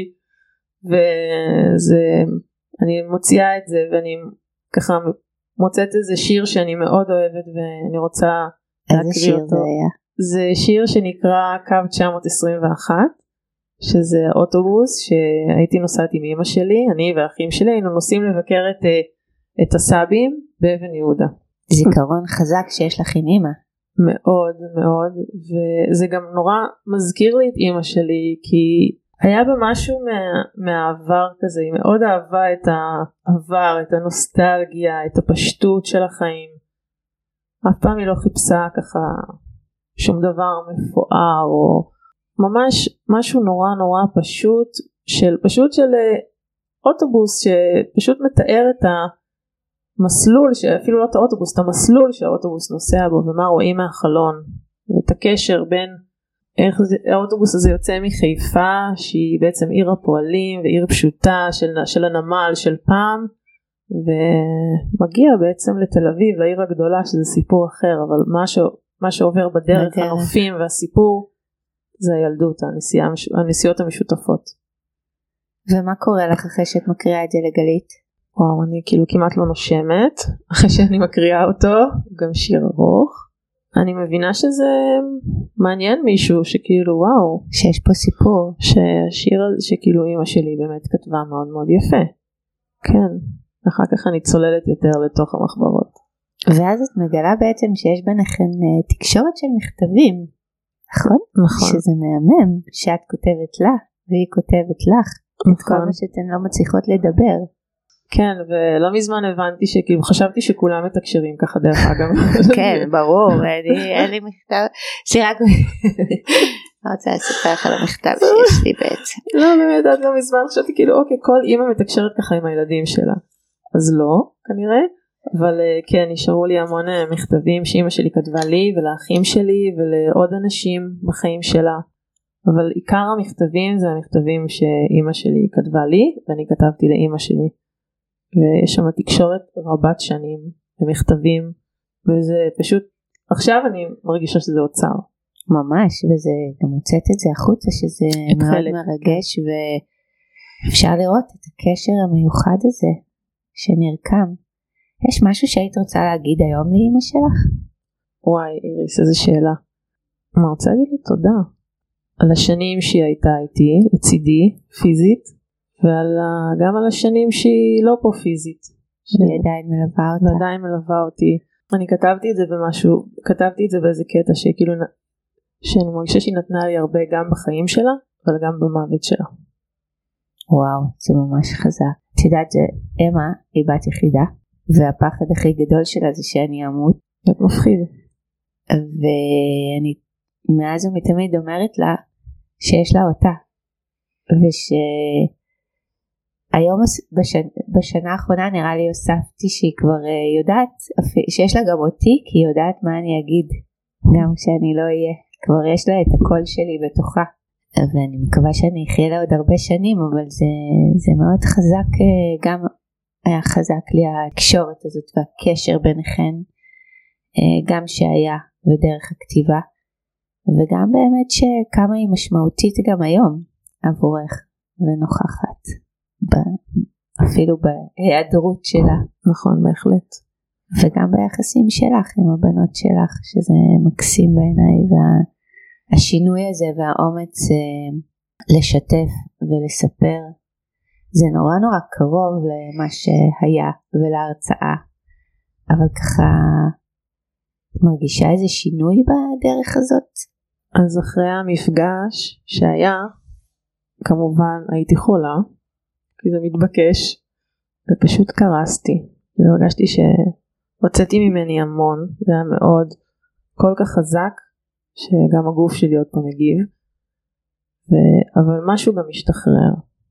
אני מוציאה את זה, ואני ככה מוצאת איזה שיר שאני מאוד אוהבת ואני רוצה להקריא אותו. זה שיר שנקרא קו 921, שזה אוטובוס שהייתי נוסעת עם אמא שלי, אני והאחים שלי היינו נוסעים לבקר את הסבים באבן יהודה. זיכרון חזק שיש לך עם אמא. מאוד מאוד, וזה גם נורא מזכיר לי את אמא שלי, כי היה בה משהו מהעבר כזה, היא מאוד אהבה את העבר, את הנוסטלגיה, את הפשטות של החיים. אף פעם היא לא חיפשה ככה שום דבר מפואר, או ממש משהו נורא נורא פשוט של אוטובוס שפשוט מתאר את המסלול, שאפילו לא את האוטובוס, את המסלול שהאוטובוס נוסע בו, ומה רואים מהחלון, ואת הקשר בין איך האוטובוס הזה יוצא מחיפה, שהיא בעצם עיר הפועלים ועיר פשוטה של הנמל של פעם, ומגיע בעצם לתל אביב, לעיר הגדולה, שזה סיפור אחר, אבל מה שעובר בדרך, הנופים והסיפור, זה הילדות, הנסיעות המשותפות. ומה קורה לך אחרי שאת מקריאה את זה לגלית? וואו, אני כאילו כמעט לא נושמת, אחרי שאני מקריאה אותו, גם שיר ארוך. אני מבינה שזה מעניין מישהו, שכאילו וואו. שיש פה סיפור. שהשיר שכאילו אמא שלי באמת כתבה מאוד מאוד יפה. כן, אחר כך אני צוללת יותר לתוך המחברות. ואז את מגלה בעצם שיש ביניכם תקשורת של מכתבים, נכון? נכון. שזה מהמם, שאת כותבת לה, והיא כותבת לך. נכון. את כל מה שאתן לא מצליחות לדבר. כן, ולא מזמן הבנתי שכאילו חשבתי שכולם מתקשרים ככה דרך אגב. כן, ברור, אין לי מכתב, שרק אני רוצה לספר לך על המכתב שיש לי בעצם. לא, באמת, עד לא מזמן חשבתי כאילו, אוקיי, כל אמא מתקשרת ככה עם הילדים שלה. אז לא, כנראה, אבל כן, נשארו לי המון מכתבים שאמא שלי כתבה לי ולאחים שלי ולעוד אנשים בחיים שלה. אבל עיקר המכתבים זה המכתבים שאמא שלי כתבה לי, ואני כתבתי לאמא שלי. ויש שם תקשורת רבת שנים במכתבים, וזה פשוט, עכשיו אני מרגישה שזה אוצר. ממש, וזה גם מוצאת את זה החוצה, שזה מאוד מרגש, ואפשר לראות את הקשר המיוחד הזה שנרקם. יש משהו שהיית רוצה להגיד היום לאמא שלך? וואי, איריס, איזה שאלה. אני רוצה להגיד לה תודה על השנים שהיא הייתה איתי, לצידי, פיזית, וגם על השנים שהיא לא פה פיזית. שהיא עדיין מלווה אותה. ועדיין מלווה אותי. אני כתבתי את זה במשהו, כתבתי את זה באיזה קטע שכאילו, שאני מרגישה שהיא נתנה לי הרבה גם בחיים שלה, אבל גם במוות שלה. וואו, זה ממש חזק. את יודעת, אמה היא בת יחידה, והפחד הכי גדול שלה זה שאני אמות. זה מפחיד. ואני מאז ומתמיד אומרת לה שיש לה אותה, ושהיום בשנה האחרונה נראה לי הוספתי שהיא כבר יודעת שיש לה גם אותי, כי היא יודעת מה אני אגיד גם כשאני לא אהיה, כבר יש לה את הקול שלי בתוכה, ואני מקווה שאני אחיה לה עוד הרבה שנים, אבל זה מאוד חזק, גם היה חזק לי הקשורת הזאת והקשר ביניכן, גם שהיה ודרך הכתיבה, וגם באמת שכמה היא משמעותית גם היום עבורך ונוכחת אפילו בהיעדרות שלה. נכון, בהחלט. וגם ביחסים שלך עם הבנות שלך, שזה מקסים בעיניי, והשינוי הזה והאומץ לשתף ולספר, זה נורא נורא קרוב למה שהיה ולהרצאה, אבל ככה מרגישה איזה שינוי בדרך הזאת? אז אחרי המפגש שהיה, כמובן הייתי חולה, כי זה מתבקש, ופשוט קרסתי, והרגשתי שהוצאתי ממני המון, זה היה מאוד כל כך חזק, שגם הגוף שלי עוד פעם מגיב, אבל משהו גם השתחרר.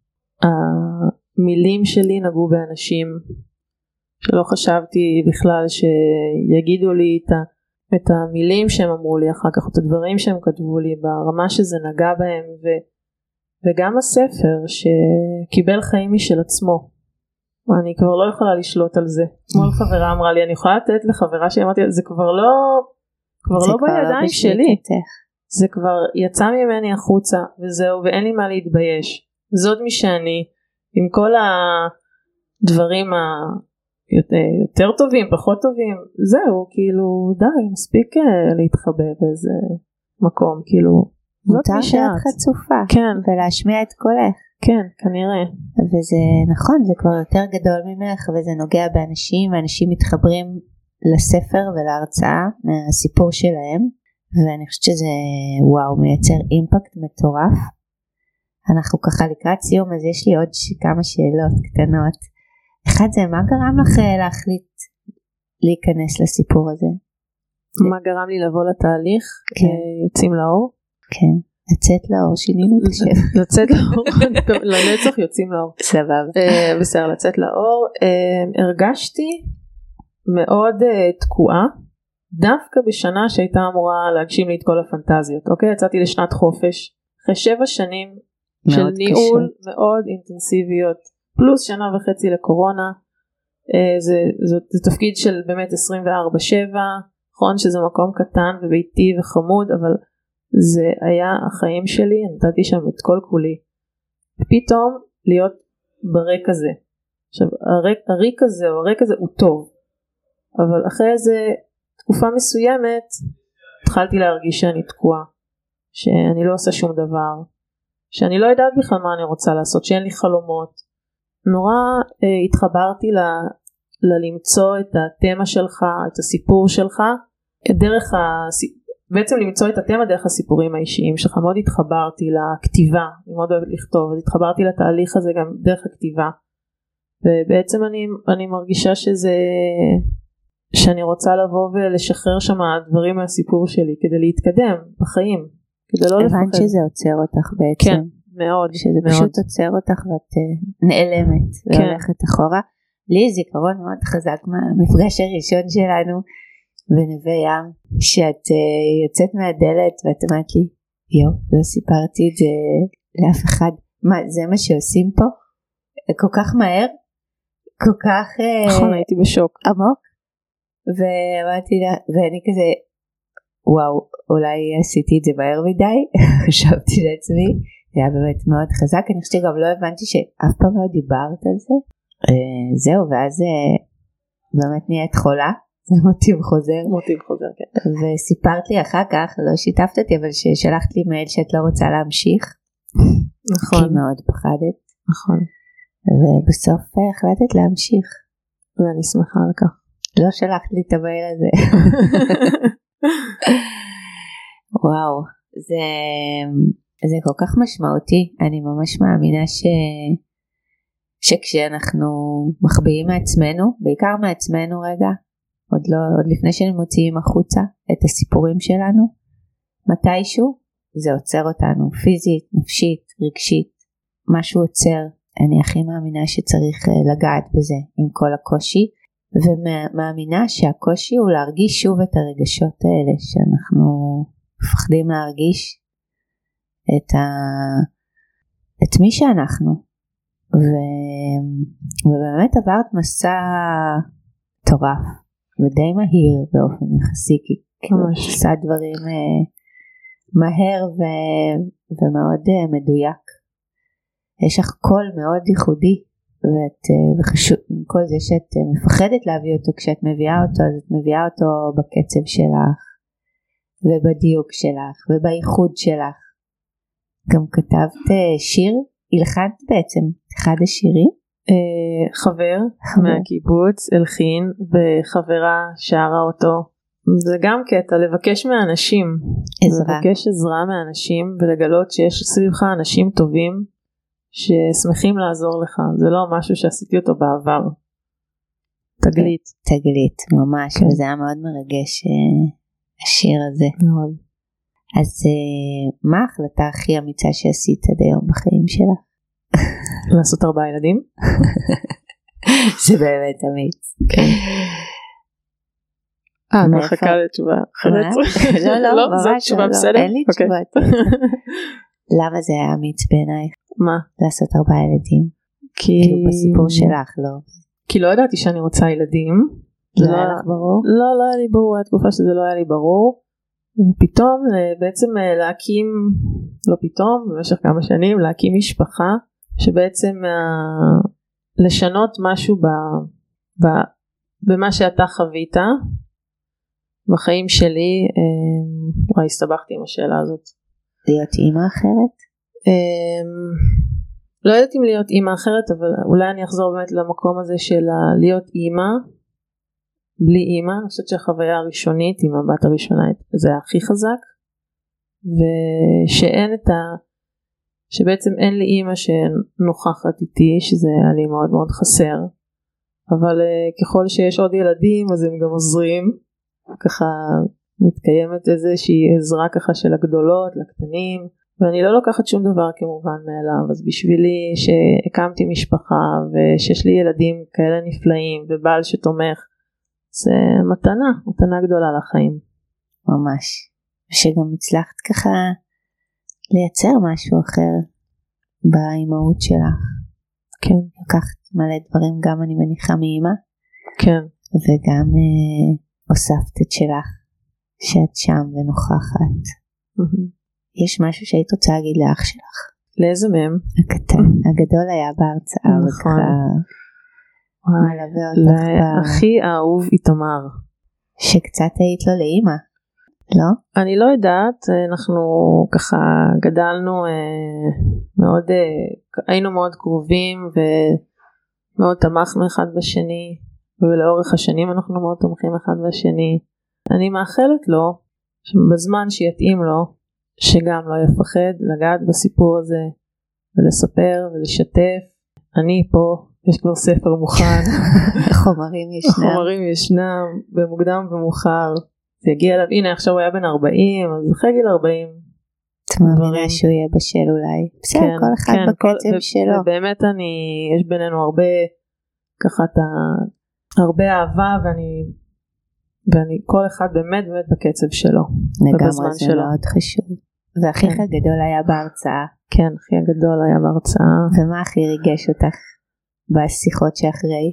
המילים שלי נגעו באנשים, שלא חשבתי בכלל שיגידו לי את המילים שהם אמרו לי אחר כך, את הדברים שהם כתבו לי, ברמה שזה נגע בהם, וגם הספר שקיבל חיים משל עצמו, ואני כבר לא יכולה לשלוט על זה. אתמול חברה אמרה לי, אני יכולה לתת לחברה שאמרתי, זה כבר לא בידיים שלי, זה כבר יצא ממני החוצה, וזהו, ואין לי מה להתבייש, זאת מי שאני, עם כל הדברים יותר טובים, פחות טובים, זהו, כאילו די, מספיק להתחבא באיזה מקום, כאילו מותר להיות חצופה, כן, ולהשמיע את קולך, כן, כנראה, וזה נכון, זה כבר יותר גדול ממך, וזה נוגע באנשים, ואנשים מתחברים לספר ולהרצאה מהסיפור שלהם, ואני חושבת שזה וואו, מייצר אימפקט מטורף. אנחנו ככה לקראת סיום, אז יש לי עוד כמה שאלות קטנות. אחד זה, מה גרם לך להחליט להיכנס לסיפור הזה? מה גרם לי לבוא לתהליך? כן. יוצאים לאור? כן, לצאת לאור, שינינו את השם. לצאת לאור, לנצח יוצאים לאור. סבבה. בסדר, לצאת לאור. הרגשתי מאוד תקועה, דווקא בשנה שהייתה אמורה להגשים לי את כל הפנטזיות. אוקיי, יצאתי לשנת חופש, אחרי 7 שנים של ניהול מאוד אינטנסיביות, פלוס 1.5 שנה לקורונה, זה תפקיד של באמת 24/7, נכון שזה מקום קטן וביתי וחמוד, אבל זה היה החיים שלי, נתתי שם את כל כולי, פתאום להיות בריק הזה. עכשיו הריק הזה או הריק הזה הוא טוב, אבל אחרי איזה תקופה מסוימת התחלתי להרגיש שאני תקועה, שאני לא עושה שום דבר, שאני לא יודעת בכלל מה אני רוצה לעשות, שאין לי חלומות. נורא התחברתי למצוא את התמה שלך, את הסיפור שלך, בעצם למצוא את התמה דרך הסיפורים האישיים שלך. מאוד התחברתי לכתיבה, אני מאוד אוהבת לכתוב, אז התחברתי לתהליך הזה גם דרך הכתיבה, ובעצם אני מרגישה שאני רוצה לבוא ולשחרר שם דברים מהסיפור שלי, כדי להתקדם בחיים, כדי לא לפחד. הבנת שזה עוצר אותך בעצם. כן, מאוד. שזה מאוד. פשוט עוצר אותך ואת נעלמת והולכת אחורה. לי זיכרון מאוד חזק מהמפגש הראשון שלנו בנווה ים, שאת יוצאת מהדלת ואת אמרת לי, לא סיפרתי את זה לאף אחד, מה זה מה שעושים פה? כל כך מהר? כל כך נכון, הייתי בשוק עמוק, ואמרתי לה, ואני כזה וואו, אולי עשיתי את זה מהר מדי, חשבתי לעצמי, זה היה באמת מאוד חזק. אני חושבת שגם לא הבנתי שאף פעם לא דיברת על זה, זהו, ואז באמת נהיית חולה, זה מוטיב חוזר, כן. וסיפרת לי אחר כך, לא שיתפת אותי, אבל ששלחת לי מייל שאת לא רוצה להמשיך, נכון, כי מאוד פחדת, נכון, ובסוף החלטת להמשיך, ואני שמחה על כך. לא שלחת לי את המייל הזה. וואו, זה כל כך משמעותי. אני ממש מאמינה שכשאנחנו מחביאים מעצמנו, בעיקר מעצמנו רגע, עוד לפני שמוציאים החוצה את הסיפורים שלנו, מתישהו זה עוצר אותנו פיזית, נפשית, רגשית, משהו עוצר. אני הכי מאמינה שצריך לגעת בזה עם כל הקושי, ומאמינה שהקושי הוא להרגיש שוב את הרגשות האלה שאנחנו מפחדים להרגיש, את מי שאנחנו. ובאמת עברת מסע טורף ודי מהיר באופן יחסי, כי עושה דברים מהר ומאוד מדויק. יש לך קול מאוד ייחודי, וחשוב עם כל זה שאת מפחדת להביא אותו, כשאת מביאה אותו אז את מביאה אותו בקצב שלך ובדיוק שלך ובייחוד שלך. גם כתבת שיר, הלחנת בעצם אחד השירים? חבר מהקיבוץ הלחין וחברה שרה אותו. זה גם קטע לבקש מאנשים, לבקש עזרה מאנשים ולגלות שיש סביבך אנשים טובים ששמחים לעזור לך. זה לא משהו שעשיתי אותו בעבר. תגלית ממש, כן. וזה היה מאוד מרגש השיר הזה מאוד. אז מה ההחלטה הכי אמיצה שעשית עד היום בחיים שלך? לעשות 4 ילדים. זה באמת אמיץ. כן. מחכה לתשובה אחרת. לא, זו תשובה בסדר? אין לי תשובה. למה זה היה אמיץ בעינייך? מה? לעשות 4 ילדים. כאילו בסיפור שלך, לא? כי לא ידעתי שאני רוצה ילדים. לא היה לך ברור? לא היה לי ברור, התקופה שזה לא היה לי ברור. ופתאום בעצם להקים, לא פתאום, במשך כמה שנים, להקים משפחה, שבעצם לשנות משהו במה שאתה חווית בחיים שלי. הסתבכתי עם השאלה הזאת. להיות אימא אחרת? לא יודעת אם להיות אימא אחרת, אבל אולי אני אחזור באמת למקום הזה של להיות אימא בלי אימא. אני חושבת שהחוויה הראשונית עם הבת הראשונה זה הכי חזק, ושאין שבעצם אין לי אימא שנוכחת איתי, שזה היה לי מאוד מאוד חסר. אבל ככל שיש עוד ילדים אז הם גם עוזרים, ככה מתקיימת איזושהי עזרה ככה של הגדולות לקטנים, ואני לא לוקחת שום דבר כמובן מאליו. אז בשבילי שהקמתי משפחה ושיש לי ילדים כאלה נפלאים ובעל שתומך, זה מתנה גדולה לחיים. ממש. ושגם הצלחת ככה לייצר משהו אחר באימהות שלך. כן. לקחת מלא דברים, גם אני מניחה מאמא. כן. וגם הוספת את שלך, שאת שם ונוכחת. יש משהו שהיית רוצה להגיד לאח שלך? לאיזה מהם? הקטן. הגדול היה בהרצאה. נכון. מלווה אותך הכי אהוב איתמר. שקצת היית לו לאמא, לא? אני לא יודעת, אנחנו ככה גדלנו מאוד, היינו מאוד קרובים ומאוד תמכנו אחד בשני, ולאורך השנים אנחנו מאוד תומכים אחד בשני. אני מאחלת לו שבזמן שיתאים לו, שגם לא יפחד לגעת בסיפור הזה ולספר ולשתף. אני פה, יש כבר ספר מוכן. חומרים ישנם במוקדם ומאוחר. זה יגיע אליו, הנה עכשיו הוא היה בן 40, אז אחרי גיל 40 את מאמינה שהוא יהיה בשל אולי? בסדר, כל אחד בקצב שלו. ובאמת יש בינינו הרבה ככה הרבה אהבה, ואני כל אחד באמת בקצב שלו. לגמרי, זה מאוד חשוב. ואחיך הגדול היה בהרצאה. כן, אחי הגדול היה בהרצאה. ומה הכי ריגש אותך בשיחות שאחרי?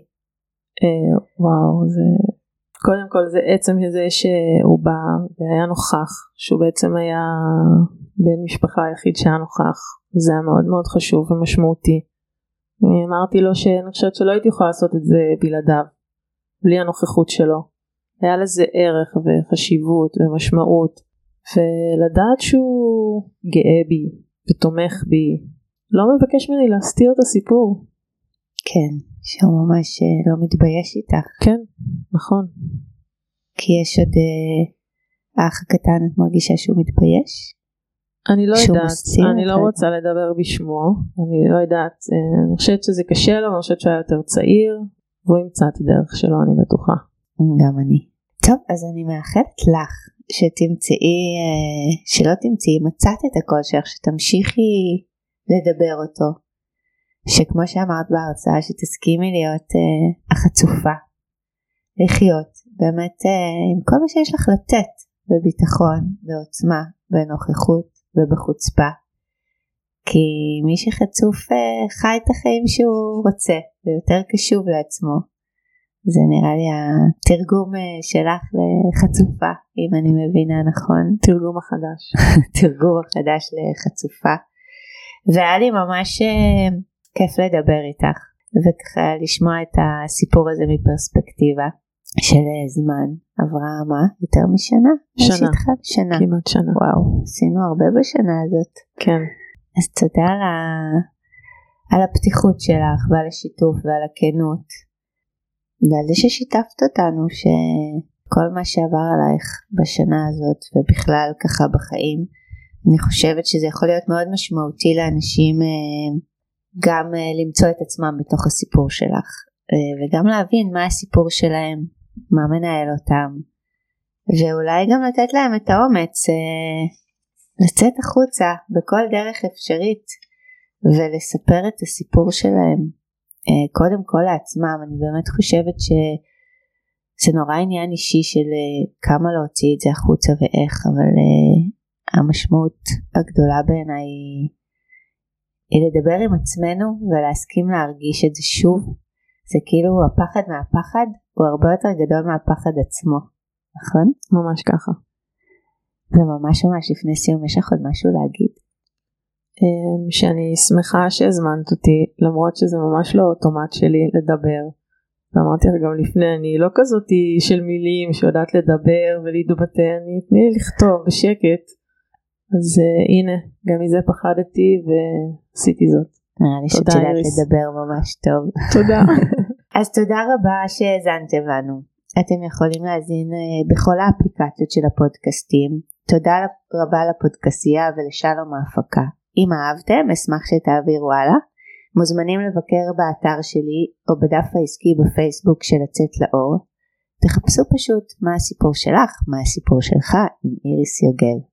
וואו, זה קודם כל זה עצם זה שהוא בא והיה נוכח, שהוא בעצם היה בן משפחה היחיד שהיה נוכח. זה היה מאוד מאוד חשוב ומשמעותי. אמרתי לו שאני חושבת שלא הייתי יכולה לעשות את זה בלעדיו, בלי הנוכחות שלו. היה לזה ערך וחשיבות ומשמעות, ולדעת שהוא גאה בי ותומך בי, לא מבקש ממני להסתיר את הסיפור. כן, שהוא ממש לא מתבייש איתך. כן, נכון. כי יש עוד האח הקטן, את מרגישה שהוא מתבייש? אני לא יודעת, אני לא רוצה לדבר בשמו, אני לא יודעת, אני חושבת שזה קשה לו, אני חושבת שהוא היה יותר צעיר, והוא ימצא את הדרך שלו, אני בטוחה. גם אני. טוב, אז אני מאחלת לך שתמצאי, שלא תמצאי, מצאת את הקול שלך, שתמשיכי לדבר אותו, שכמו שאמרת בהרצאה, שתסכימי להיות החצופה, לחיות באמת עם כל מה שיש לך לתת, בביטחון, בעוצמה, בנוכחות ובחוצפה, כי מי שחצוף חי את החיים שהוא רוצה, ויותר קשוב לעצמו. זה נראה לי התרגום שלך לחצופה, אם אני מבינה נכון. תרגום החדש. תרגום החדש לחצופה. והיה לי ממש כיף לדבר איתך, וככה לשמוע את הסיפור הזה מפרספקטיבה של זמן. עברה מה? יותר משנה? שנה. כמעט שנה. וואו, עשינו הרבה בשנה הזאת. כן. אז תודה על הפתיחות שלך ועל השיתוף ועל הכנות. ועל זה ששיתפת אותנו שכל מה שעבר עלייך בשנה הזאת ובכלל ככה בחיים, אני חושבת שזה יכול להיות מאוד משמעותי לאנשים גם למצוא את עצמם בתוך הסיפור שלך, וגם להבין מה הסיפור שלהם, מה מנהל אותם, ואולי גם לתת להם את האומץ לצאת החוצה בכל דרך אפשרית ולספר את הסיפור שלהם. קודם כל לעצמם. אני באמת חושבת שזה נורא עניין אישי של כמה להוציא את זה החוצה ואיך, אבל המשמעות הגדולה בעיניי היא לדבר עם עצמנו ולהסכים להרגיש את זה שוב. זה כאילו הפחד מהפחד הוא הרבה יותר גדול מהפחד עצמו, נכון? ממש ככה. וממש ממש לפני סיום, יש לך עוד משהו להגיד? שאני שמחה שהזמנת אותי, למרות שזה ממש לא אוטומט שלי לדבר, ואמרתי לך גם לפני, אני לא כזאת של מילים שיודעת לדבר ולהתבטא, אני תני לכתוב בשקט, אז הנה, גם מזה פחדתי ועשיתי זאת. נראה לי שאת יודעת לדבר ממש טוב. תודה. אז תודה רבה שהזנתם לנו. אתם יכולים להזין בכל האפליקציות של הפודקאסטים. תודה רבה לפודקאסייה ולשלום ההפקה. אם אהבתם, אשמח שתעבירו הלאה. מוזמנים לבקר באתר שלי או בדף העסקי בפייסבוק של לצאת לאור. תחפשו פשוט מה הסיפור שלך, מה הסיפור שלך עם איריס יוגב.